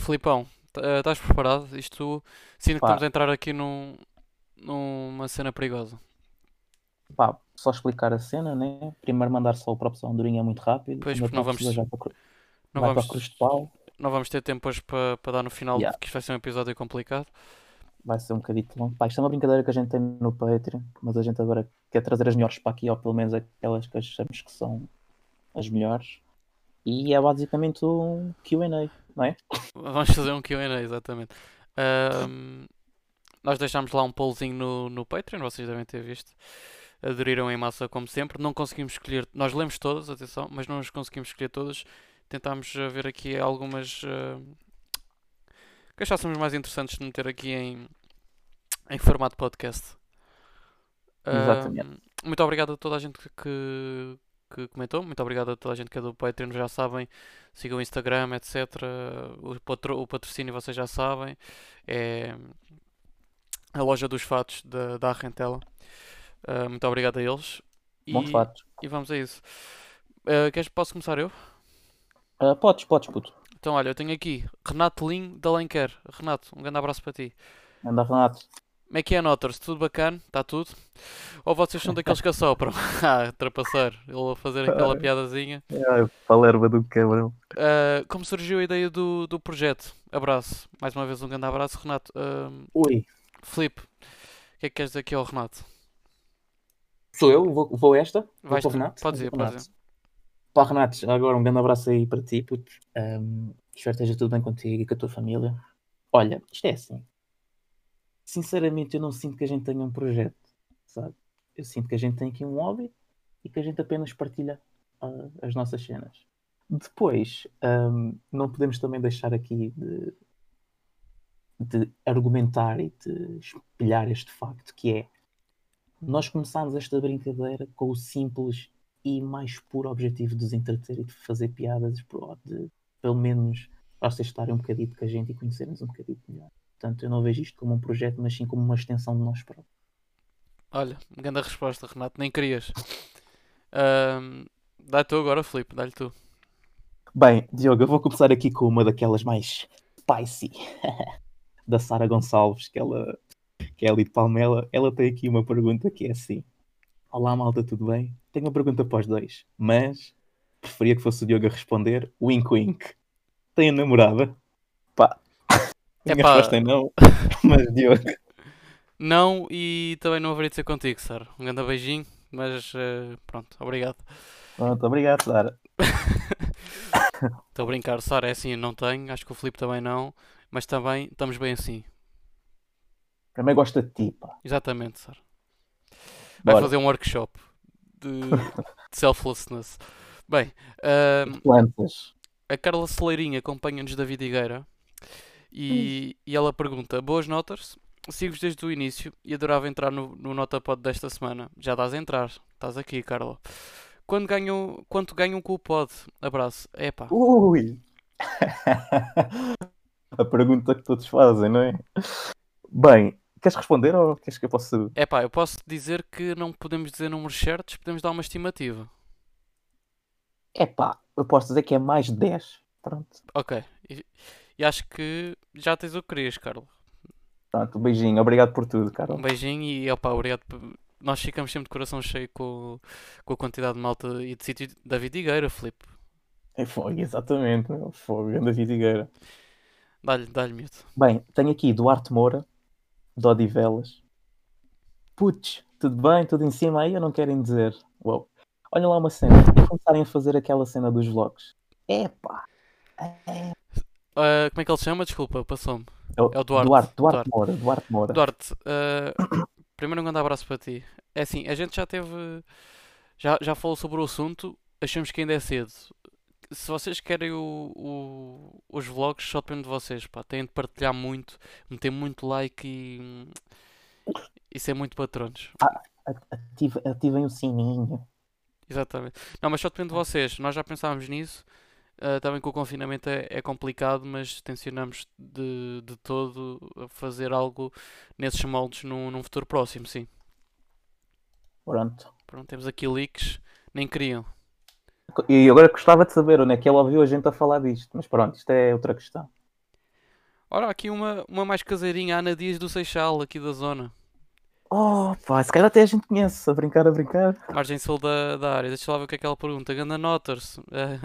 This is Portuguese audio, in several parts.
Filipão, estás preparado? Isto sinto que estamos Pá, a entrar aqui numa cena perigosa. só explicar a cena, né? Primeiro mandar só o próprio Andorinha muito rápido. Pois, Quando ele porque está a perceber, não vai para a cruz de vamos, pau. não vamos ter tempo hoje para dar no final, Yeah, que isto vai ser um episódio complicado. vai ser um bocadito longo. Pá, isto é uma brincadeira que a gente tem no Patreon, mas a gente agora quer trazer as melhores para aqui, ou pelo menos aquelas que achamos que são as melhores. E é basicamente um Q&A, não é? Vamos fazer um Q&A, exatamente. Ahm, Nós deixámos lá um pollzinho no Patreon, vocês devem ter visto. Aderiram em massa como sempre. Não conseguimos escolher, nós lemos todas, atenção, mas não as conseguimos escolher todas. Tentámos ver aqui algumas que achássemos mais interessantes de meter aqui em formato podcast. Exatamente. Muito obrigado a toda a gente que comentou. Muito obrigado a toda a gente que é do Patreon. Já sabem, sigam o Instagram, etc. O patrocínio vocês já sabem. É a loja dos fatos da Arrentela. Muito obrigado a eles. Bom de E, fato. e vamos a isso. Posso começar eu? Podes, puto. Então, olha, eu tenho aqui Renato Lim da Alenquer. Renato, um grande abraço para ti. Anda, Renato. Como é que é, Noters? Tudo bacana? Está tudo? Ou vocês são daqueles que assopram? Trapaceiro. Ele a fazer aquela piadazinha. Ai, palerma do cabrão. Como surgiu a ideia do projeto? Abraço. Mais uma vez um grande abraço, Renato. Ui, Filipe, o que é que queres dizer aqui ao Renato? sou eu? Vou esta? Vou Vais para o tu? Renato? Podes Vou ir, para o podes ir. Renato. Pá, Renato, já agora um grande abraço aí para ti, puto. Espero que esteja tudo bem contigo e com a tua família. Olha, isto é assim. Sinceramente, eu não sinto que a gente tenha um projeto, sabe? Eu sinto que a gente tem aqui um hobby e que a gente apenas partilha as nossas cenas. Depois, não podemos também deixar aqui de argumentar e de espelhar este facto que é nós começámos esta brincadeira com o simples e mais puro objetivo de os entreter e de fazer piadas, de pelo menos vocês estarem um bocadinho com a gente e conhecerem-nos um bocadinho melhor. Portanto, eu não vejo isto como um projeto, mas sim como uma extensão de nós próprios. Olha, grande resposta, Renato. Nem querias. Ahm, Dá-lhe tu agora, Filipe. Dá-lhe tu. Bem, Diogo, eu vou começar aqui com uma daquelas mais spicy da Sara Gonçalves, que é ali de Palmela. Ela tem aqui uma pergunta que é assim: olá, malta, tudo bem? Tenho uma pergunta para os dois, mas preferia que fosse o Diogo a responder. Wink, wink. Tenho namorada? Pá, a minha Epá, resposta é não, mas Diogo. não, e também não haveria de ser contigo, Sara. Um grande beijinho, mas pronto, obrigado. Pronto, obrigado, Sara. Estou a brincar, Sara, é assim, eu não tenho, acho que o Filipe também não, mas também estamos bem assim. Também gosta de ti, pá. Exatamente, Sara. Vai Bora. fazer um workshop de selflessness. Bem, De ahm, plantas. a Carla Celeirinha acompanha-nos da Vidigueira Ih, e ela pergunta: Boas notas? Sigo-vos desde o início e adorava entrar no Notapod desta semana. Já estás a entrar, estás aqui, Carla. Quanto ganham com o pod? Abraço. Epá. ui! A pergunta que todos fazem, não é? Bem, queres responder ou queres que eu possa. Epá, eu posso dizer que não podemos dizer números certos, podemos dar uma estimativa. Epá, eu posso dizer que é mais de 10. Pronto. Ok. E acho que já tens o que querias, Carla. Pronto, um beijinho. Obrigado por tudo, Um Carol. beijinho e opá, obrigado. Nós ficamos sempre de coração cheio com a quantidade de malta e de sítio da Vidigueira, Filipe. É fogo, exatamente, meu. Fogo, anda vidigueira. Dá-lhe mute. Bem, tenho aqui Duarte Moura, de Odivelas. Putz, tudo bem? Tudo em cima aí? Ou não querem dizer? Uou. Olha lá uma cena. E começarem a fazer aquela cena dos vlogs. Epá. É, Como é que ele se chama? Desculpa, passou-me. é É o Duarte. Duarte Duarte. Moura, Duarte Moura. Duarte, primeiro um grande abraço para ti. É assim, a gente já teve. Já falou sobre o assunto, achamos que ainda é cedo. Se vocês querem os vlogs, só depende de vocês, pá. Têm de partilhar muito, meter muito like e ser muito patronos. Ah, ativem o sininho. Exatamente. Não, mas só depende de vocês. Nós já pensávamos nisso. Também com o confinamento é complicado, mas tencionamos de todo a fazer algo nesses moldes num futuro próximo, sim. Pronto. Pronto, temos aqui leaks, nem queriam. E agora gostava de saber onde é que ele ouviu a gente a falar disto. Mas pronto, isto é outra questão. Ora, aqui uma mais caseirinha, a Ana Dias do Seixal, aqui da zona. Oh, pá, se calhar até a gente conhece, a brincar, a brincar. Margem sul da área. Deixa lá ver o que é que ela pergunta. Ganda Notters.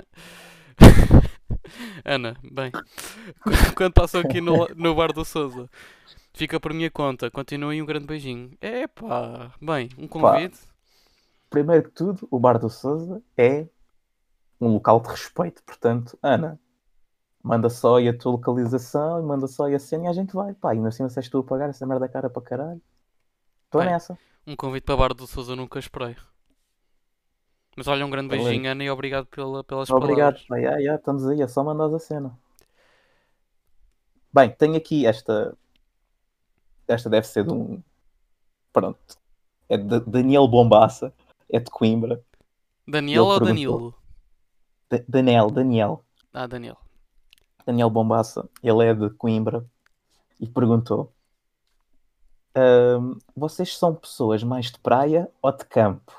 Ana, bem. Quando passam aqui no bar do Sousa, fica por minha conta. Continuem um grande beijinho. Epá, bem, um Pá, convite. primeiro que tudo, o Bar do Sousa é um local de respeito. Portanto, Ana, manda só aí a tua localização e manda só aí a cena e a gente vai. Pá, ainda assim, se és tu a pagar essa merda cara para caralho. Estou Bem, nessa. um convite para o bar do Sousa nunca esperei. Mas olha, um grande beijinho, Ana, e obrigado pelas Obrigado, palavras. pá. Estamos aí, é só mandar a cena. Bem, tenho aqui esta. Esta deve ser de um. Pronto. É de Daniel Bombaça. É de Coimbra. E Daniel ele ou perguntou. Danilo? Daniel. Ah, Daniel. Daniel Bombaça. Ele é de Coimbra. E perguntou: vocês são pessoas mais de praia ou de campo?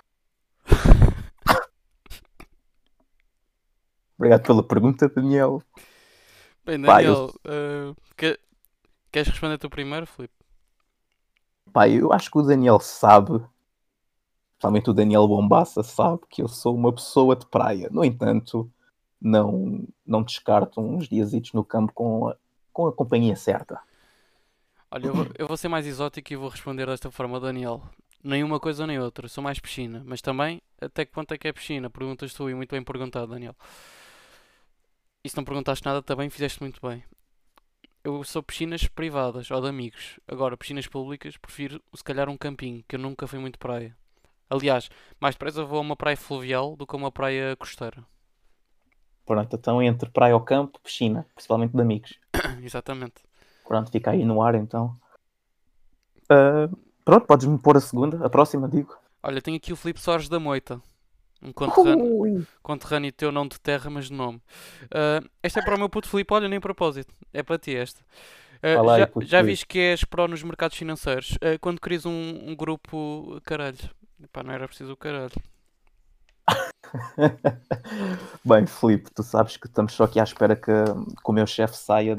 Obrigado pela pergunta, Daniel. Bem, Pá, eu, Daniel, queres responder tu primeiro, Filipe? eu acho que o Daniel sabe, principalmente o Daniel Bombaça, sabe que eu sou uma pessoa de praia. No entanto, não descarto uns diazitos no campo com a companhia certa. Olha, eu vou ser mais exótico e vou responder desta forma, Daniel. Nem uma coisa nem outra, sou mais piscina. Mas também, até que ponto é que é piscina? Perguntas tu e muito bem perguntado, Daniel. E se não perguntaste nada, também fizeste muito bem. Eu sou piscinas privadas ou de amigos. Agora, piscinas públicas, prefiro se calhar um campinho, que eu nunca fui muito praia. Aliás, mais depressa vou a uma praia fluvial do que a uma praia costeira. Pronto, então entre praia ou campo, piscina, principalmente de amigos. Exatamente. Pronto, fica aí no ar então. Ah, pronto, podes-me pôr a segunda, a próxima, digo. Olha, tenho aqui o Filipe Soares da Moita. Um Ui. conterrâneo teu, não de terra, mas de nome. Esta é para o meu puto Filipe, olha, nem propósito. É para ti esta. Fala aí, puto Já Felipe. viste que és pró nos mercados financeiros? Quando crias um grupo, caralho. Pá, não era preciso o caralho. Bem, Filipe, tu sabes que estamos só aqui à espera que o meu chefe saia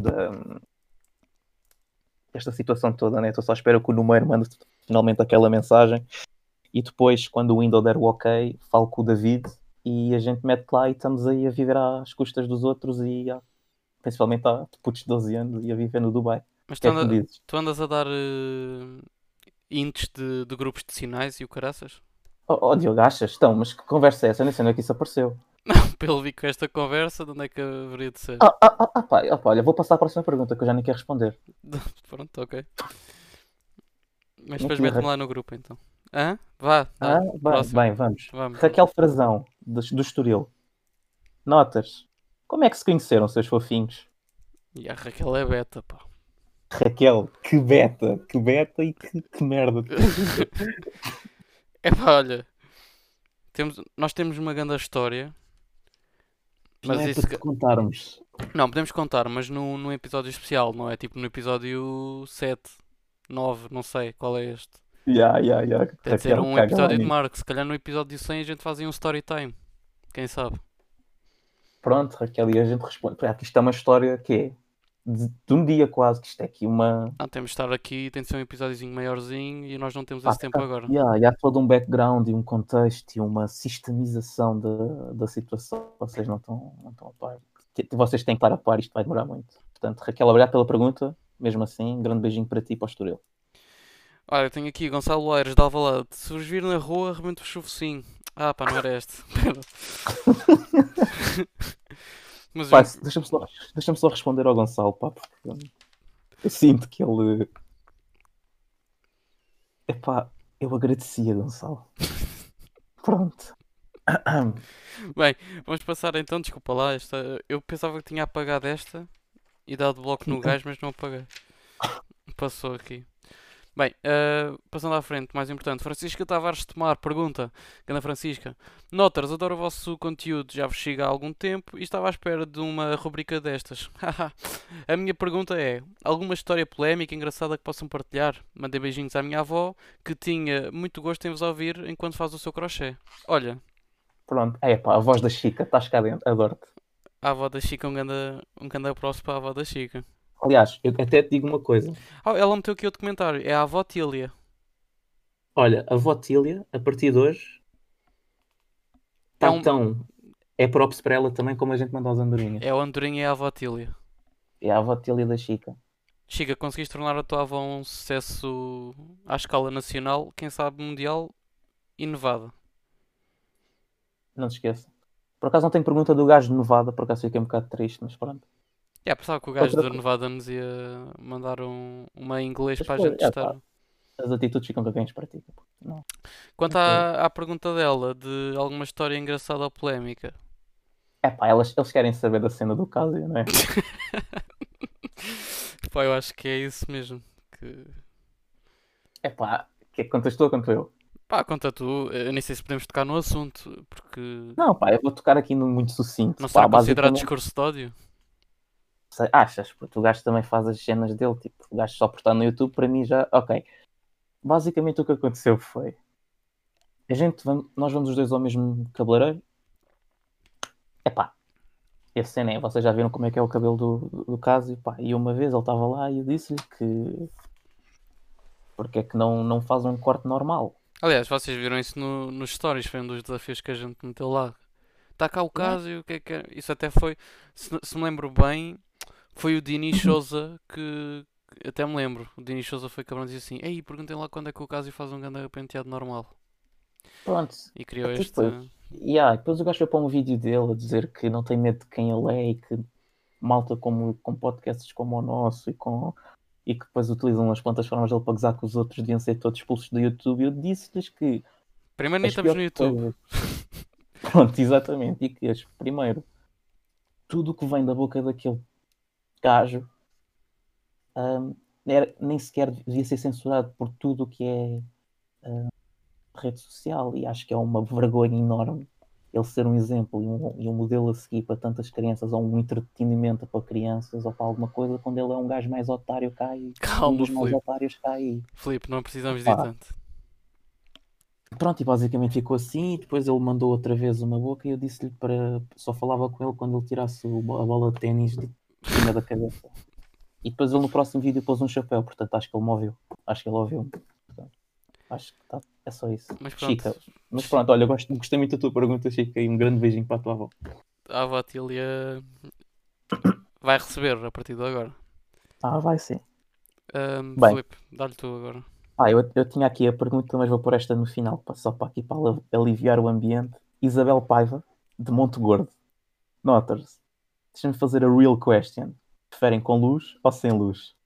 desta situação toda, né? Estou só à espera que o número mande finalmente aquela mensagem e depois, quando o Windows der o ok, falo com o David e a gente mete lá e estamos aí a viver às custas dos outros e principalmente há putos de 12 anos e a viver no Dubai. O Mas que é que me dizes? tu andas a dar hints de grupos de sinais e o caraças? Oh, Diogo, achas? Então, mas que conversa é essa? Eu nem sei onde é que isso apareceu. Pelo vi com esta conversa, de onde é que haveria de ser? Pá, olha, vou passar à próxima pergunta que eu já nem quero responder. Pronto, ok. Mas Tinha depois aqui mete-me lá no grupo então. Hã? Vá, dá. bem, Próximo. bem, vamos. Vamos, vamos. Raquel Frazão, do Estoril. Notas. Como é que se conheceram, seus fofinhos? E a Raquel é beta, pá. Raquel, que beta e que merda. É pá, olha. Nós temos uma grande história. Não Mas é para isso. te contarmos. Não, podemos contar, mas num episódio especial, não é? Tipo no episódio 7, 9, não sei qual é este. Deve ser Raquel, um caga lá episódio de nisso. marco. Se calhar no episódio 100 a gente fazia um story time. Quem sabe? Pronto, Raquel, e a gente responde. Pá, que isto é uma história que é de um dia quase, que isto é aqui uma. Não, temos de estar aqui, tem de ser um episódiozinho maiorzinho e nós não temos Pá, esse tempo agora. há todo um background e um contexto e uma sistemização da situação. Vocês não estão a par. Vocês têm que estar a par, isto vai demorar muito. Portanto, Raquel, obrigado pela pergunta. Mesmo assim, um grande beijinho para ti e para o Estoril. Olha, tenho aqui Gonçalo Aires de Alvalade. Se vos vir na rua, arrebento o chufocinho. Ah, pá, não era este. Pera. Mas Pá, deixa-me só responder ao Gonçalo, pá, porque eu sinto que ele. Epá, eu agradecia, Gonçalo. Pronto. bem, vamos passar então, desculpa lá, eu pensava que tinha apagado esta e dado bloco no gás, mas não apaguei. Passou aqui. Bem, passando à frente, mais importante, Francisca Tavares de Tomar pergunta, Ganda Francisca, Notas, adoro o vosso conteúdo, já vos sigo há algum tempo e estava à espera de uma rubrica destas. A minha pergunta é, alguma história polémica, engraçada que possam partilhar? Mandei beijinhos à minha avó, que tinha muito gosto em vos ouvir enquanto faz o seu crochê. Olha, Pronto. É pá, a voz da Chica, estás cá dentro, adoro-te. a avó da Chica, um ganda próximo para a avó da Chica. Aliás, eu até te digo uma coisa. Ela meteu aqui outro comentário. É a avó Tília. Olha, a avó Tília, a partir de hoje, É, tá um, tão... É props para ela também como a gente manda aos andorinhas. é o Andorinha e a avó Tília. É a avó Tília da Chica. Chica, conseguiste tornar a tua avó um sucesso à escala nacional, quem sabe mundial e Nevada. Não se esqueça. Por acaso não tenho pergunta do gajo de Nevada, por acaso fiquei um bocado triste, mas pronto. Pensava que o gajo Outra do coisa. Nevada nos ia mandar uma em inglês para a Pois, gente testar. pá, as atitudes ficam com quem as pratica. Não. Quanto à pergunta dela de alguma história engraçada ou polémica, É pá, eles querem saber da cena do caso, não é? pá, eu acho que é isso mesmo. Que... É pá, que contas tu ou conto eu? Pá, conta tu, eu nem sei se podemos tocar no assunto, porque Não, pá, eu vou tocar aqui no muito sucinto. não será Pá, considerado basicamente, discurso de ódio? achas? Porque o gajo também faz as cenas dele, tipo, o gajo só por estar no YouTube, para mim já, ok. Basicamente o que aconteceu foi, nós vamos os dois ao mesmo cabeleireiro. É pá, a cena é, vocês já viram como é que é o cabelo do caso, e pá, e uma vez ele estava lá e eu disse-lhe que, porque é que não faz um corte normal. Aliás, vocês viram isso nos stories, foi um dos desafios que a gente meteu lá. Está cá o Yeah. caso e o que é que é? Isso até foi, se me lembro bem, foi o Dini Souza que. Até me lembro. O Dini Souza foi cabrão e disse assim: Ei, perguntem lá quando é que o caso faz um grande penteado normal. Pronto, E criou até este. depois. Depois o gajo foi para um vídeo dele a dizer que não tem medo de quem ele é e que malta com podcasts como o nosso e que depois utilizam as plataformas dele para gozar com os outros deviam ser todos expulsos do YouTube. Eu disse-lhes que Primeiro nem as estamos no piores YouTube. coisas. Pronto, exatamente. E que primeiro, tudo o que vem da boca daquele gajo nem sequer devia ser censurado por tudo o que é rede social. E acho que é uma vergonha enorme ele ser um exemplo e um modelo a seguir para tantas crianças, ou um entretenimento para crianças, ou para alguma coisa, quando ele é um gajo mais otário cá e um Calma, dos mais Filipe. otários cá aí. Filipe, não precisamos dizer Pá, tanto. pronto, e basicamente ficou assim, e depois ele mandou outra vez uma boca e eu disse-lhe para só falava com ele quando ele tirasse a bola de ténis de cima da cabeça. E depois ele no próximo vídeo pôs um chapéu, portanto acho que ele me ouviu. Acho que ele ouviu. Portanto, acho que é só isso. Mas pronto. Chica. Mas pronto, olha, gostei muito da tua pergunta, Chica, e um grande beijinho para a tua avó. A avó Tília vai receber a partir de agora. Ah, vai sim. Bem, Filipe, dá-lhe tu agora. eu tinha aqui a pergunta, mas vou pôr esta no final, só para aqui para aliviar o ambiente. Isabel Paiva, de Monte Gordo. Notas. Deixa-me fazer a real question. Preferem com luz ou sem luz?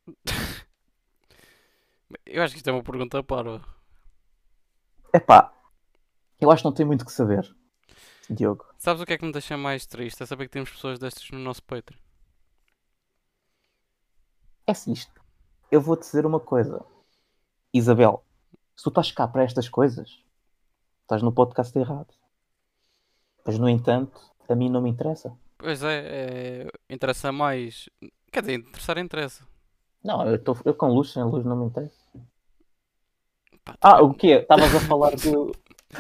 Eu acho que isto é uma pergunta parva. Epá, eu acho que não tem muito o que saber, Diogo. Sabes o que é que me deixa mais triste? É saber que temos pessoas destas no nosso Patreon. É assim isto. Eu vou-te dizer uma coisa. Isabel, se tu estás cá para estas coisas, estás no podcast errado. Mas, no entanto, a mim não me interessa. Pois interessa mais. Quer dizer, interessar interessa. Não, eu com luz, sem luz, não me interessa. Pá, O quê? Estavas a falar do...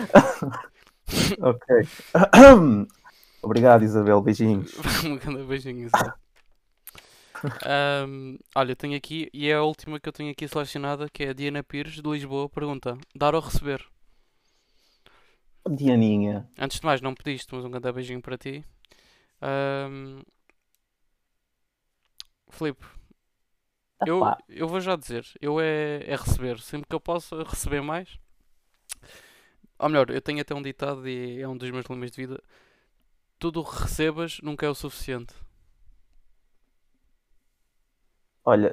Ok. Obrigado, Isabel. Beijinhos. Um grande beijinho, Isabel. Olha, eu tenho aqui, e é a última que eu tenho aqui selecionada, que é a Diana Pires, de Lisboa, pergunta: dar ou receber? Dianinha. Antes de mais, não pediste, mas um grande beijinho para ti. Filipe, Epá, eu vou já dizer, é receber. Sempre que eu posso receber mais. Ou melhor, eu tenho até um ditado e é um dos meus lemas de vida. Tudo o que recebas nunca é o suficiente. olha,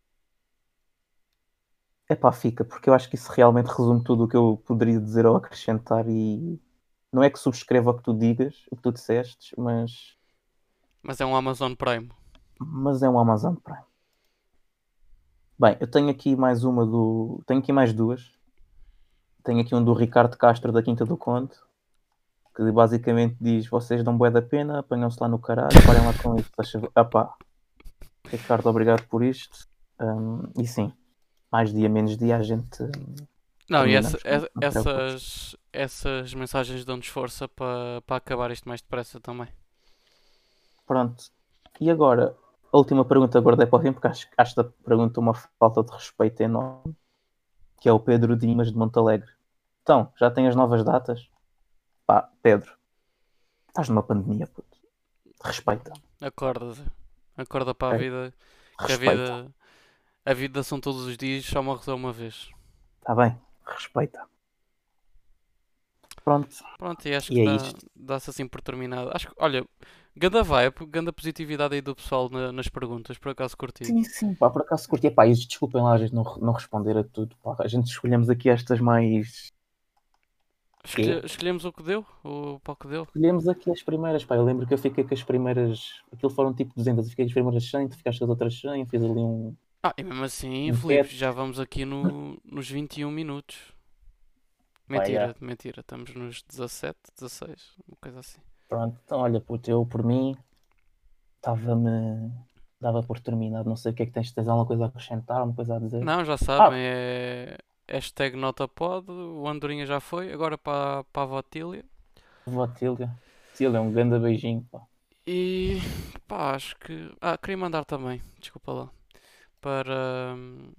fica, porque eu acho que isso realmente resume tudo o que eu poderia dizer ou acrescentar e não é que subscreva o que tu digas, o que tu disseste, Mas é um Amazon Prime. mas é um Amazon Prime. Bem, eu tenho aqui mais tenho aqui mais duas. Tenho aqui um do Ricardo Castro da Quinta do Conde, que basicamente diz: vocês dão bué da pena, apanham-se lá no caralho, parem lá com isto. Epá, Ricardo, obrigado por isto. E sim, mais dia menos dia a gente Não, e terminamos. Não te preocupes. essas mensagens dão-nos força para acabar isto mais depressa também. Pronto. E agora, A última pergunta guardei para o fim, porque acho que a pergunta uma falta de respeito enorme, que é o Pedro Dimas de Montalegre. Então, já tem as novas datas? Pá, Pedro, estás numa pandemia, puto. Respeita, Acorda, Zé. Acorda para a ok? vida, que Respeita, a vida são todos os dias, só morres uma vez. está bem? Respeita. Pronto, Pronto, e acho e que é isto. dá-se assim por terminado. Acho que, olha, ganda vibe, ganda positividade aí do pessoal nas perguntas, por acaso curti. Sim, sim, pá, por acaso curti. Pá, e desculpem lá a gente não responder a tudo. Pá. A gente escolhemos aqui estas mais. Quê? Escolhemos o que deu, o pau que deu. Escolhemos aqui as primeiras, pá. Eu lembro que eu fiquei com as primeiras. Aquilo foram tipo 200. Eu fiquei com as primeiras 100, tu ficaste com as outras 100. Fiz ali um E mesmo assim, Filipe, enquete. já vamos aqui nos 21 minutos. Pá, Mentira, yeah. mentira, estamos nos 17, 16, uma coisa assim. Pronto, então olha, puto, eu por mim estava-me. Dava por terminado. Não sei o que é que tens. Tens alguma coisa a acrescentar, alguma coisa a dizer? Não, já sabem, Ah, é hashtag notapod, o Andorinha já foi, agora para a Votília. vou a Tília. Tília, um grande beijinho, pá. E pá, acho que. Queria mandar também, desculpa lá, para,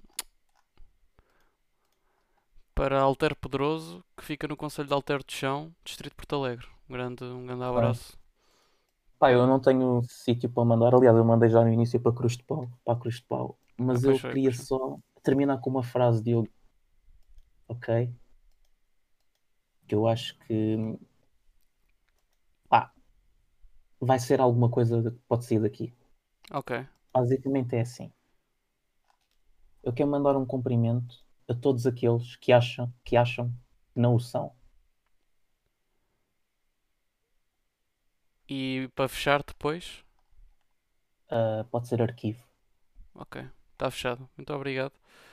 para Alter Pedroso, que fica no Conselho de Alter do Chão, Distrito de Porto Alegre. Um grande Bem. abraço. Pá, eu não tenho sítio para mandar. Aliás, eu mandei já no início para Cruz de Pau, para a Cruz de Pau. Mas Pois eu foi, queria pois foi. só terminar com uma frase, Diogo, ok? Que eu acho que pá, vai ser alguma coisa que pode sair daqui. Ok. Basicamente é assim. Eu quero mandar um cumprimento a todos aqueles que acham que não o são. E para fechar depois, Pode ser arquivo. ok, está fechado. Muito obrigado.